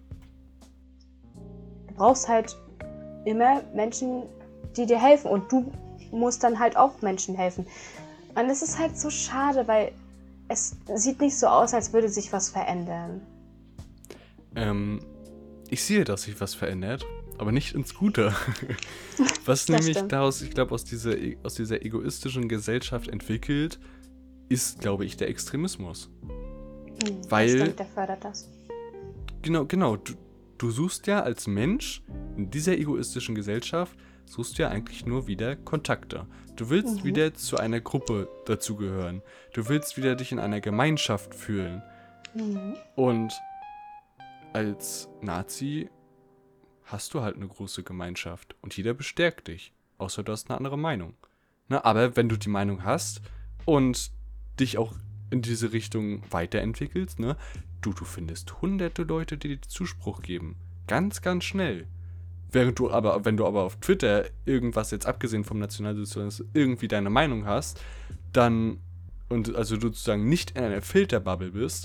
Du brauchst halt immer Menschen, die dir helfen. Und du musst dann halt auch Menschen helfen. Und es ist halt so schade, weil es sieht nicht so aus, als würde sich was verändern. Ähm, ich sehe, dass sich was verändert, aber nicht ins Gute. Was nämlich stimmt. daraus, ich glaube, aus dieser, aus dieser egoistischen Gesellschaft entwickelt, ist, glaube ich, der Extremismus. Hm, Weil- das stimmt, der fördert das. Genau, genau. Du, du suchst ja als Mensch in dieser egoistischen Gesellschaft, suchst ja eigentlich nur wieder Kontakte. Du willst Mhm. wieder zu einer Gruppe dazugehören. Du willst wieder dich in einer Gemeinschaft fühlen. Mhm. Und als Nazi hast du halt eine große Gemeinschaft und jeder bestärkt dich, außer du hast eine andere Meinung. Ne? Aber wenn du die Meinung hast und dich auch in diese Richtung weiterentwickelst, ne, du, du findest hunderte Leute, die dir Zuspruch geben. Ganz, ganz schnell. Während du aber, wenn du aber auf Twitter irgendwas, jetzt abgesehen vom Nationalsozialismus, irgendwie deine Meinung hast, dann, und also du sozusagen nicht in einer Filterbubble bist,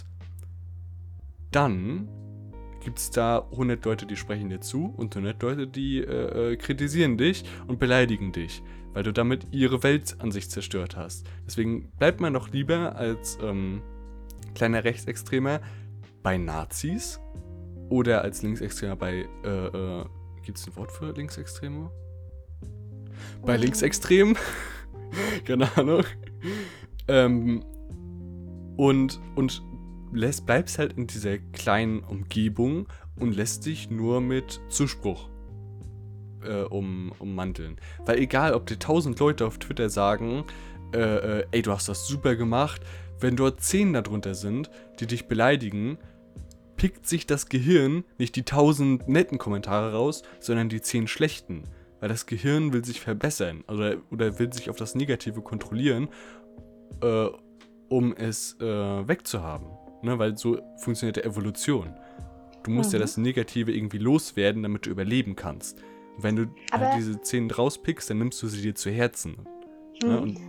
dann gibt es da hundert Leute, die sprechen dir zu und hundert Leute, die äh, äh, kritisieren dich und beleidigen dich, weil du damit ihre Weltansicht zerstört hast. Deswegen bleibt man doch lieber als ähm, kleiner Rechtsextremer bei Nazis oder als Linksextremer bei, äh, äh, gibt es ein Wort für Linksextreme? Bei Mhm. Linksextremen? Keine Ahnung. Ähm, und, und lässt, bleibst halt in dieser kleinen Umgebung und lässt dich nur mit Zuspruch äh, um, ummanteln. Weil egal, ob dir tausend Leute auf Twitter sagen, äh, äh, ey, du hast das super gemacht, wenn dort zehn darunter sind, die dich beleidigen, pickt sich das Gehirn nicht die tausend netten Kommentare raus, sondern die zehn schlechten. Weil das Gehirn will sich verbessern oder, oder will sich auf das Negative kontrollieren, äh, um es äh, wegzuhaben. Ne? Weil so funktioniert der Evolution. Du musst Mhm. ja das Negative irgendwie loswerden, damit du überleben kannst. Und wenn du Aber- halt diese zehn rauspickst, dann nimmst du sie dir zu Herzen. Ne? Hm. Und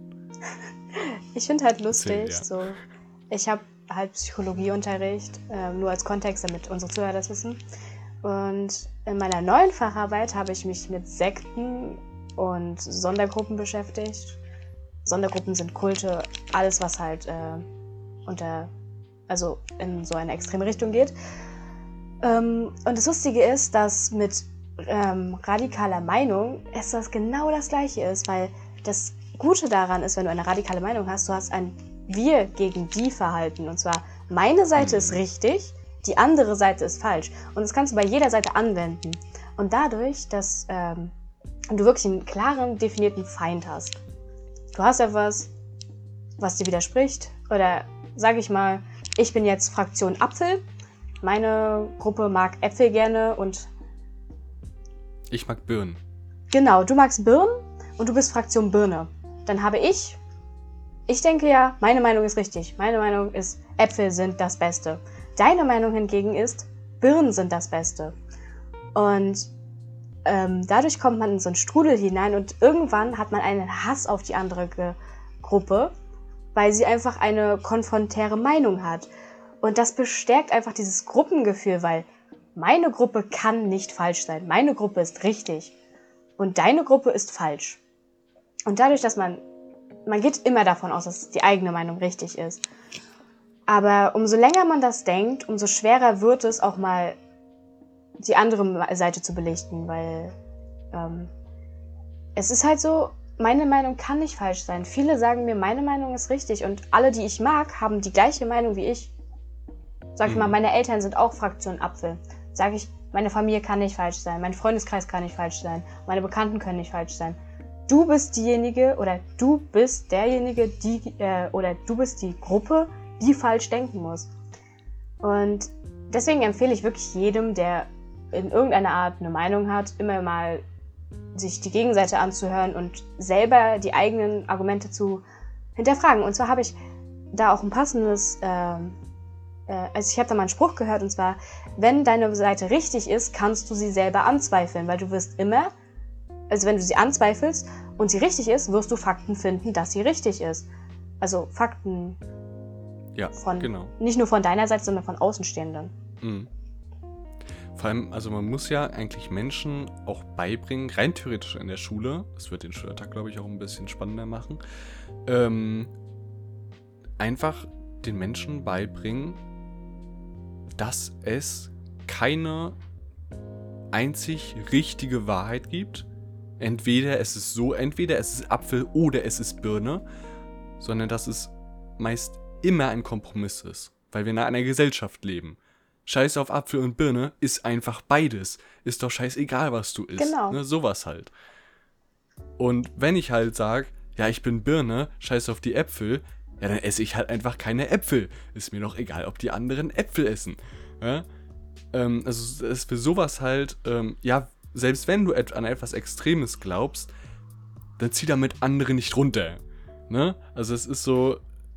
Ich finde halt lustig, Erzähl, ja. so, ich habe halt Psychologieunterricht, ähm, nur als Kontext, damit unsere Zuhörer das wissen. Und in meiner neuen Facharbeit habe ich mich mit Sekten und Sondergruppen beschäftigt. Sondergruppen sind Kulte, alles, was halt äh, unter, also in so eine extreme Richtung geht. Ähm, und das Lustige ist, dass mit ähm, radikaler Meinung es das genau das Gleiche ist, weil das Gute daran ist, wenn du eine radikale Meinung hast, du hast ein Wir gegen die Verhalten. Und zwar, meine Seite Mhm. ist richtig, die andere Seite ist falsch. Und das kannst du bei jeder Seite anwenden. Und dadurch, dass ähm, du wirklich einen klaren, definierten Feind hast. Du hast etwas, was dir widerspricht. Oder sage ich mal, ich bin jetzt Fraktion Apfel. Meine Gruppe mag Äpfel gerne und ich mag Birnen. genau, du magst Birnen und du bist Fraktion Birne. Dann habe ich, ich denke ja, meine Meinung ist richtig. Meine Meinung ist, Äpfel sind das Beste. Deine Meinung hingegen ist, Birnen sind das Beste. Und ähm, dadurch kommt man in so einen Strudel hinein und irgendwann hat man einen Hass auf die andere Ge- Gruppe, weil sie einfach eine konfrontäre Meinung hat. Und das bestärkt einfach dieses Gruppengefühl, weil meine Gruppe kann nicht falsch sein. Meine Gruppe ist richtig. Und deine Gruppe ist falsch. Und dadurch, dass man, man geht immer davon aus, dass die eigene Meinung richtig ist. Aber umso länger man das denkt, umso schwerer wird es auch mal die andere Seite zu belichten, weil ähm, es ist halt so, meine Meinung kann nicht falsch sein. Viele sagen mir, meine Meinung ist richtig und alle, die ich mag, haben die gleiche Meinung wie ich. Sag ich Mhm. mal, meine Eltern sind auch Fraktion Apfel. Sag ich, meine Familie kann nicht falsch sein, mein Freundeskreis kann nicht falsch sein, meine Bekannten können nicht falsch sein. Du bist diejenige oder du bist derjenige, die äh, oder du bist die Gruppe, die falsch denken muss. Und deswegen empfehle ich wirklich jedem, der in irgendeiner Art eine Meinung hat, immer mal sich die Gegenseite anzuhören und selber die eigenen Argumente zu hinterfragen. Und zwar habe ich da auch ein passendes, ähm, äh, also ich habe da mal einen Spruch gehört, und zwar, wenn deine Seite richtig ist, kannst du sie selber anzweifeln, weil du wirst immer, also wenn du sie anzweifelst und sie richtig ist, wirst du Fakten finden, dass sie richtig ist. Also Fakten Ja, von, genau. nicht nur von deiner Seite, sondern von Außenstehenden. Mhm. Vor allem, also man muss ja eigentlich Menschen auch beibringen, rein theoretisch in der Schule, das wird den Schultag, glaube ich, auch ein bisschen spannender machen, ähm, einfach den Menschen beibringen, dass es keine einzig richtige Wahrheit gibt. Entweder es ist so, entweder es ist Apfel oder es ist Birne, sondern dass es meist immer ein Kompromiss ist, weil wir in einer Gesellschaft leben. Scheiß auf Apfel und Birne ist einfach beides. Ist doch scheißegal, was du isst. Genau. Ne, sowas halt. Und wenn ich halt sage, ja, ich bin Birne, scheiß auf die Äpfel, ja, dann esse ich halt einfach keine Äpfel. Ist mir doch egal, ob die anderen Äpfel essen. Ja? Ähm, also es ist für sowas halt, ähm, ja, selbst wenn du an etwas Extremes glaubst, dann zieh damit andere nicht runter. Ne? Also es ist so,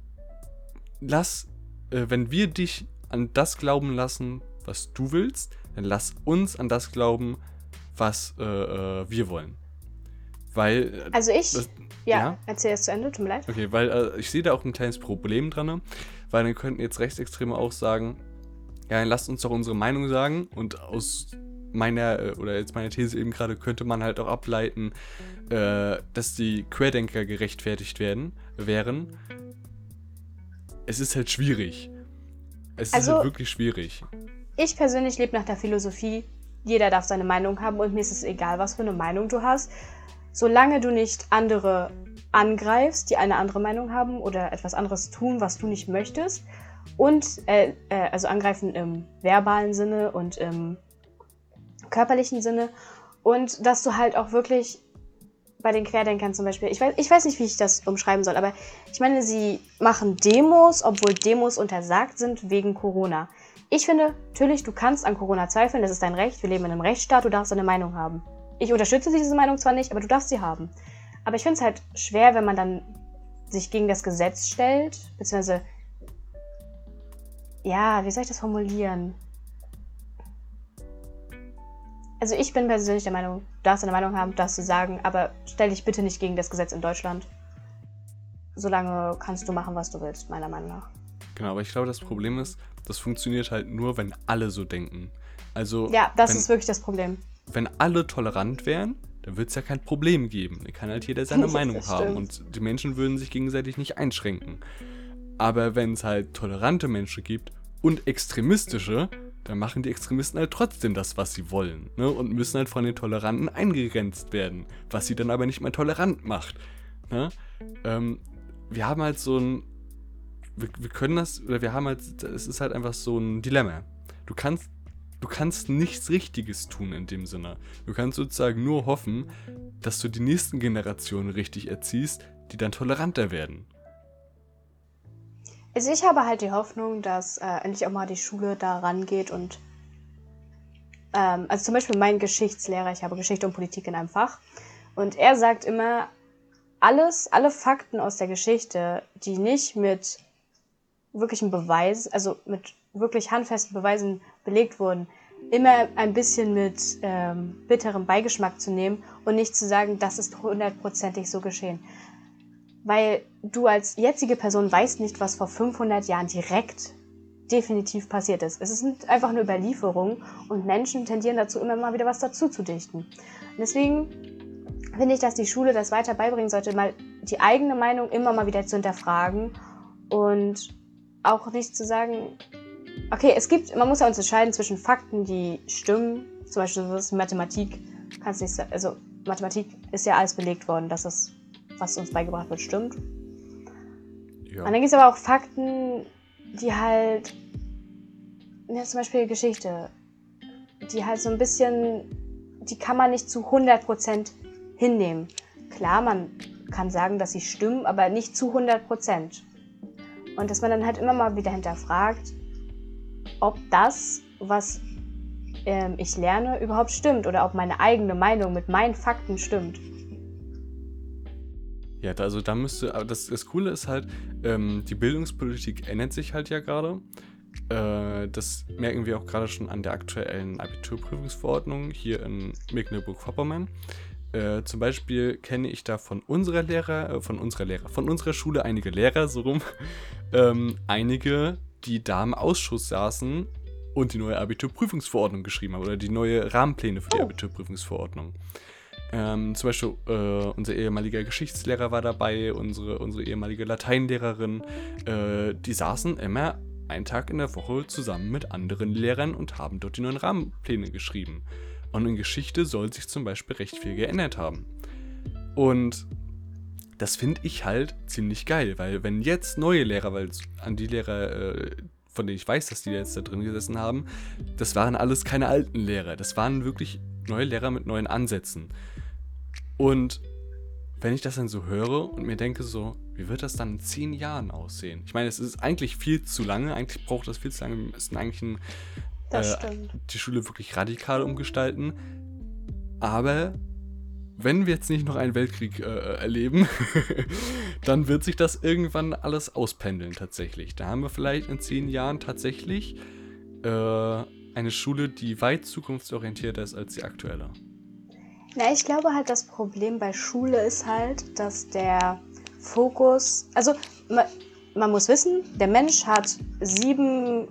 lass, äh, wenn wir dich an das glauben lassen, was du willst, dann lass uns an das glauben, was äh, äh, wir wollen. Weil... Äh, Also ich, das, ja, ja, erzähl es zu Ende, tut mir leid. Okay, weil äh, ich sehe da auch ein kleines Problem dran, weil dann könnten jetzt Rechtsextreme auch sagen, ja, dann lasst uns doch unsere Meinung sagen, und aus meiner, äh, oder jetzt meiner These eben gerade, könnte man halt auch ableiten, äh, dass die Querdenker gerechtfertigt werden, wären. Es ist halt schwierig. Es Also, ist halt wirklich schwierig. Ich persönlich lebe nach der Philosophie, jeder darf seine Meinung haben und mir ist es egal, was für eine Meinung du hast. Solange du nicht andere angreifst, die eine andere Meinung haben oder etwas anderes tun, was du nicht möchtest. Und, äh, äh, also angreifen im verbalen Sinne und im körperlichen Sinne. Und dass du halt auch wirklich bei den Querdenkern zum Beispiel, ich weiß, ich weiß nicht, wie ich das umschreiben soll, aber ich meine, sie machen Demos, obwohl Demos untersagt sind wegen Corona. Ich finde, natürlich, du kannst an Corona zweifeln, das ist dein Recht, wir leben in einem Rechtsstaat, du darfst deine Meinung haben. Ich unterstütze diese Meinung zwar nicht, aber du darfst sie haben. Aber ich finde es halt schwer, wenn man dann sich gegen das Gesetz stellt, beziehungsweise, ja, wie soll ich das formulieren? Also ich bin persönlich der Meinung, du darfst deine Meinung haben, darfst du sagen, aber stell dich bitte nicht gegen das Gesetz in Deutschland. Solange kannst du machen, was du willst, meiner Meinung nach. Genau, aber ich glaube, das Problem ist, das funktioniert halt nur, wenn alle so denken. Also, ja, das wenn, ist wirklich das Problem. Wenn alle tolerant wären, dann würde es ja kein Problem geben. Da kann halt jeder seine Meinung haben und die Menschen würden sich gegenseitig nicht einschränken. Aber wenn es halt tolerante Menschen gibt und extremistische, dann machen die Extremisten halt trotzdem das, was sie wollen, ne? Und müssen halt von den Toleranten eingegrenzt werden, was sie dann aber nicht mehr tolerant macht. Ne? Ähm, wir haben halt so ein, wir, wir können das, oder wir haben halt, es ist halt einfach so ein Dilemma. Du kannst, du kannst nichts Richtiges tun in dem Sinne. Du kannst sozusagen nur hoffen, dass du die nächsten Generationen richtig erziehst, die dann toleranter werden. Also ich habe halt die Hoffnung, dass äh, endlich auch mal die Schule da rangeht und ähm, also zum Beispiel mein Geschichtslehrer, ich habe Geschichte und Politik in einem Fach und er sagt immer, alles, alle Fakten aus der Geschichte, die nicht mit wirklichen Beweis, also mit wirklich handfesten Beweisen belegt wurden, immer ein bisschen mit ähm, bitterem Beigeschmack zu nehmen und nicht zu sagen, das ist hundertprozentig so geschehen. Weil du als jetzige Person weißt nicht, was vor fünfhundert Jahren direkt definitiv passiert ist. Es ist einfach eine Überlieferung und Menschen tendieren dazu, immer mal wieder was dazu zu dichten. Und deswegen finde ich, dass die Schule das weiter beibringen sollte, mal die eigene Meinung immer mal wieder zu hinterfragen und auch nicht zu sagen, okay, es gibt, man muss ja unterscheiden zwischen Fakten, die stimmen, zum Beispiel sowas wie Mathematik, kannst nicht sagen, also Mathematik ist ja alles belegt worden, dass das, was uns beigebracht wird, stimmt. Ja. Und dann gibt es aber auch Fakten, die halt, ja, zum Beispiel Geschichte, die halt so ein bisschen, die kann man nicht zu hundert Prozent hinnehmen. Klar, man kann sagen, dass sie stimmen, aber nicht zu hundert Prozent. Und dass man dann halt immer mal wieder hinterfragt, ob das, was ähm, ich lerne, überhaupt stimmt oder ob meine eigene Meinung mit meinen Fakten stimmt. Ja, da- also da müsste, aber das, das Coole ist halt, ähm, die Bildungspolitik ändert sich halt ja gerade. Äh, das merken wir auch gerade schon an der aktuellen Abiturprüfungsverordnung hier in Mecklenburg-Vorpommern. Äh, zum Beispiel kenne ich da von unserer Lehrer, äh, von unserer Lehrer, von unserer Schule einige Lehrer, so rum, ähm, einige, die da im Ausschuss saßen und die neue Abiturprüfungsverordnung geschrieben haben oder die neue Rahmenpläne für die Oh. Abiturprüfungsverordnung. Ähm, zum Beispiel äh, unser ehemaliger Geschichtslehrer war dabei, unsere, unsere ehemalige Lateinlehrerin. Äh, die saßen immer einen Tag in der Woche zusammen mit anderen Lehrern und haben dort die neuen Rahmenpläne geschrieben. Und in Geschichte soll sich zum Beispiel recht viel geändert haben. Und das finde ich halt ziemlich geil, weil wenn jetzt neue Lehrer, weil an die Lehrer, äh, von denen ich weiß, dass die jetzt da drin gesessen haben, das waren alles keine alten Lehrer. Das waren wirklich neue Lehrer mit neuen Ansätzen. Und wenn ich das dann so höre und mir denke so, wie wird das dann in zehn Jahren aussehen? Ich meine, es ist eigentlich viel zu lange, eigentlich braucht das viel zu lange, wir müssen eigentlich ein, Das äh, stimmt. die Schule wirklich radikal umgestalten. Aber wenn wir jetzt nicht noch einen Weltkrieg äh, erleben, dann wird sich das irgendwann alles auspendeln tatsächlich. Da haben wir vielleicht in zehn Jahren tatsächlich äh, eine Schule, die weit zukunftsorientierter ist als die aktuelle. Na, ich glaube halt, das Problem bei Schule ist halt, dass der Fokus, also man, man muss wissen, der Mensch hat sieben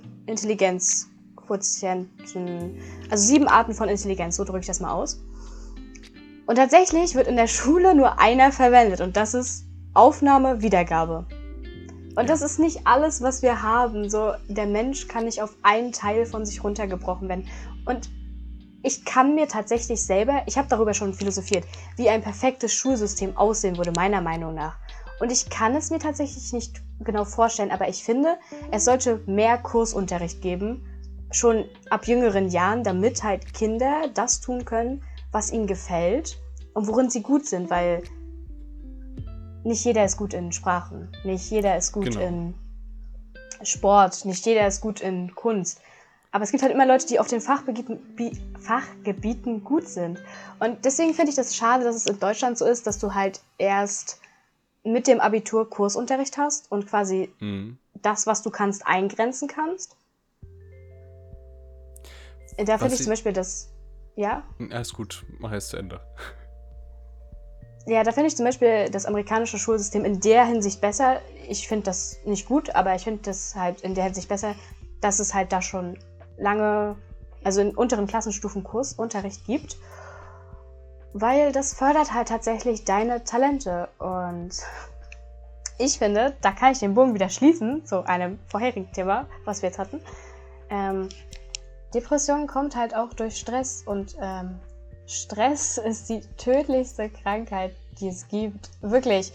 Intelligenzquotienten, also sieben Arten von Intelligenz, so drücke ich das mal aus. Und tatsächlich wird in der Schule nur einer verwendet und das ist Aufnahme, Wiedergabe. Und Ja. das ist nicht alles, was wir haben. So, der Mensch kann nicht auf einen Teil von sich runtergebrochen werden. Und ich kann mir tatsächlich selber, ich habe darüber schon philosophiert, wie ein perfektes Schulsystem aussehen würde, meiner Meinung nach. Und ich kann es mir tatsächlich nicht genau vorstellen, aber ich finde, es sollte mehr Kursunterricht geben, schon ab jüngeren Jahren, damit halt Kinder das tun können, was ihnen gefällt und worin sie gut sind, weil nicht jeder ist gut in Sprachen, nicht jeder ist gut Genau. in Sport, nicht jeder ist gut in Kunst. Aber es gibt halt immer Leute, die auf den Fachgebieten, Bi- Fachgebieten gut sind. Und deswegen finde ich das schade, dass es in Deutschland so ist, dass du halt erst mit dem Abitur Kursunterricht hast und quasi Mhm. das, was du kannst, eingrenzen kannst. Da Was finde ich ich- zum Beispiel das, ja, Alles gut, mach jetzt zu Ende. ja, da finde ich zum Beispiel das amerikanische Schulsystem in der Hinsicht besser. Ich finde das nicht gut, aber ich finde das halt in der Hinsicht besser, dass es halt da schon lange, also in unteren Klassenstufen Kursunterricht gibt, weil das fördert halt tatsächlich deine Talente. Und ich finde, da kann ich den Bogen wieder schließen zu einem vorherigen Thema, was wir jetzt hatten. Ähm, Depression kommt halt auch durch Stress und ähm, Stress ist die tödlichste Krankheit, die es gibt. Wirklich.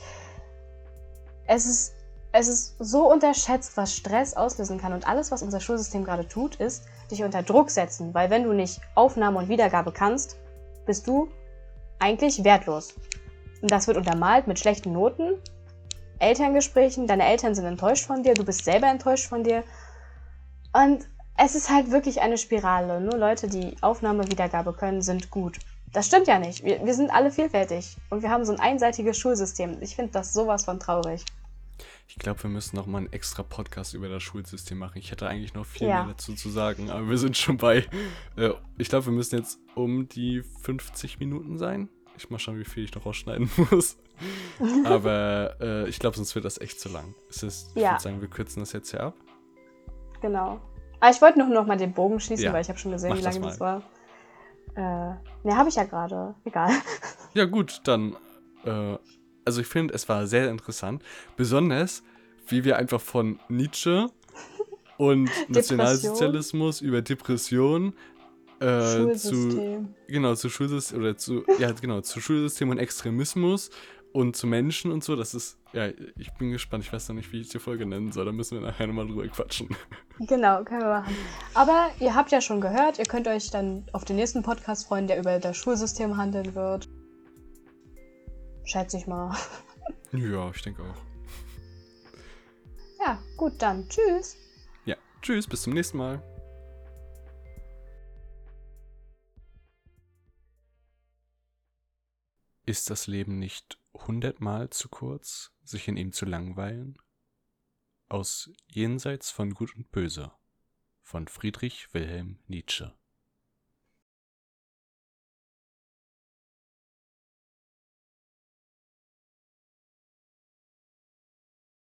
Es ist, es ist so unterschätzt, was Stress auslösen kann. Und alles, was unser Schulsystem gerade tut, ist, dich unter Druck setzen. Weil wenn du nicht Aufnahme und Wiedergabe kannst, bist du eigentlich wertlos. Und das wird untermalt mit schlechten Noten, Elterngesprächen, deine Eltern sind enttäuscht von dir, du bist selber enttäuscht von dir. Und es ist halt wirklich eine Spirale. Nur Leute, die Aufnahme, Wiedergabe können, sind gut. Das stimmt ja nicht. Wir, wir sind alle vielfältig. Und wir haben so ein einseitiges Schulsystem. Ich finde das sowas von traurig. Ich glaube, wir müssen noch mal einen extra Podcast über das Schulsystem machen. Ich hätte eigentlich noch viel Ja. mehr dazu zu sagen, aber wir sind schon bei. Äh, ich glaube, wir müssen jetzt um die fünfzig Minuten sein. Ich mal schauen, wie viel ich noch rausschneiden muss. Aber äh, ich glaube, sonst wird das echt zu lang. Es ist, ich Ja. würde sagen, wir kürzen das jetzt hier ab. Genau. Aber ich wollte nur noch mal den Bogen schließen, Ja, weil ich habe schon gesehen, mach wie das lange das mal. war. Äh, ne, habe ich ja gerade. Egal. Ja, gut, dann. Äh, also, ich finde, es war sehr interessant. Besonders, wie wir einfach von Nietzsche und Nationalsozialismus über Depression äh, zu. Schulsystem. Genau, zu Schulsystem oder zu. Ja, genau, zu Schulsystem und Extremismus und zu Menschen und so. Das ist. Ja, ich bin gespannt. Ich weiß noch nicht, wie ich die Folge nennen soll. Da müssen wir nachher nochmal drüber quatschen. Genau, können wir machen. Aber ihr habt ja schon gehört, ihr könnt euch dann auf den nächsten Podcast freuen, der über das Schulsystem handeln wird. Schätze ich mal. Ja, ich denke auch. Ja, gut, dann. Tschüss. Ja, tschüss, bis zum nächsten Mal. Ist das Leben nicht hundertmal zu kurz, sich in ihm zu langweilen? Aus Jenseits von Gut und Böse von Friedrich Wilhelm Nietzsche.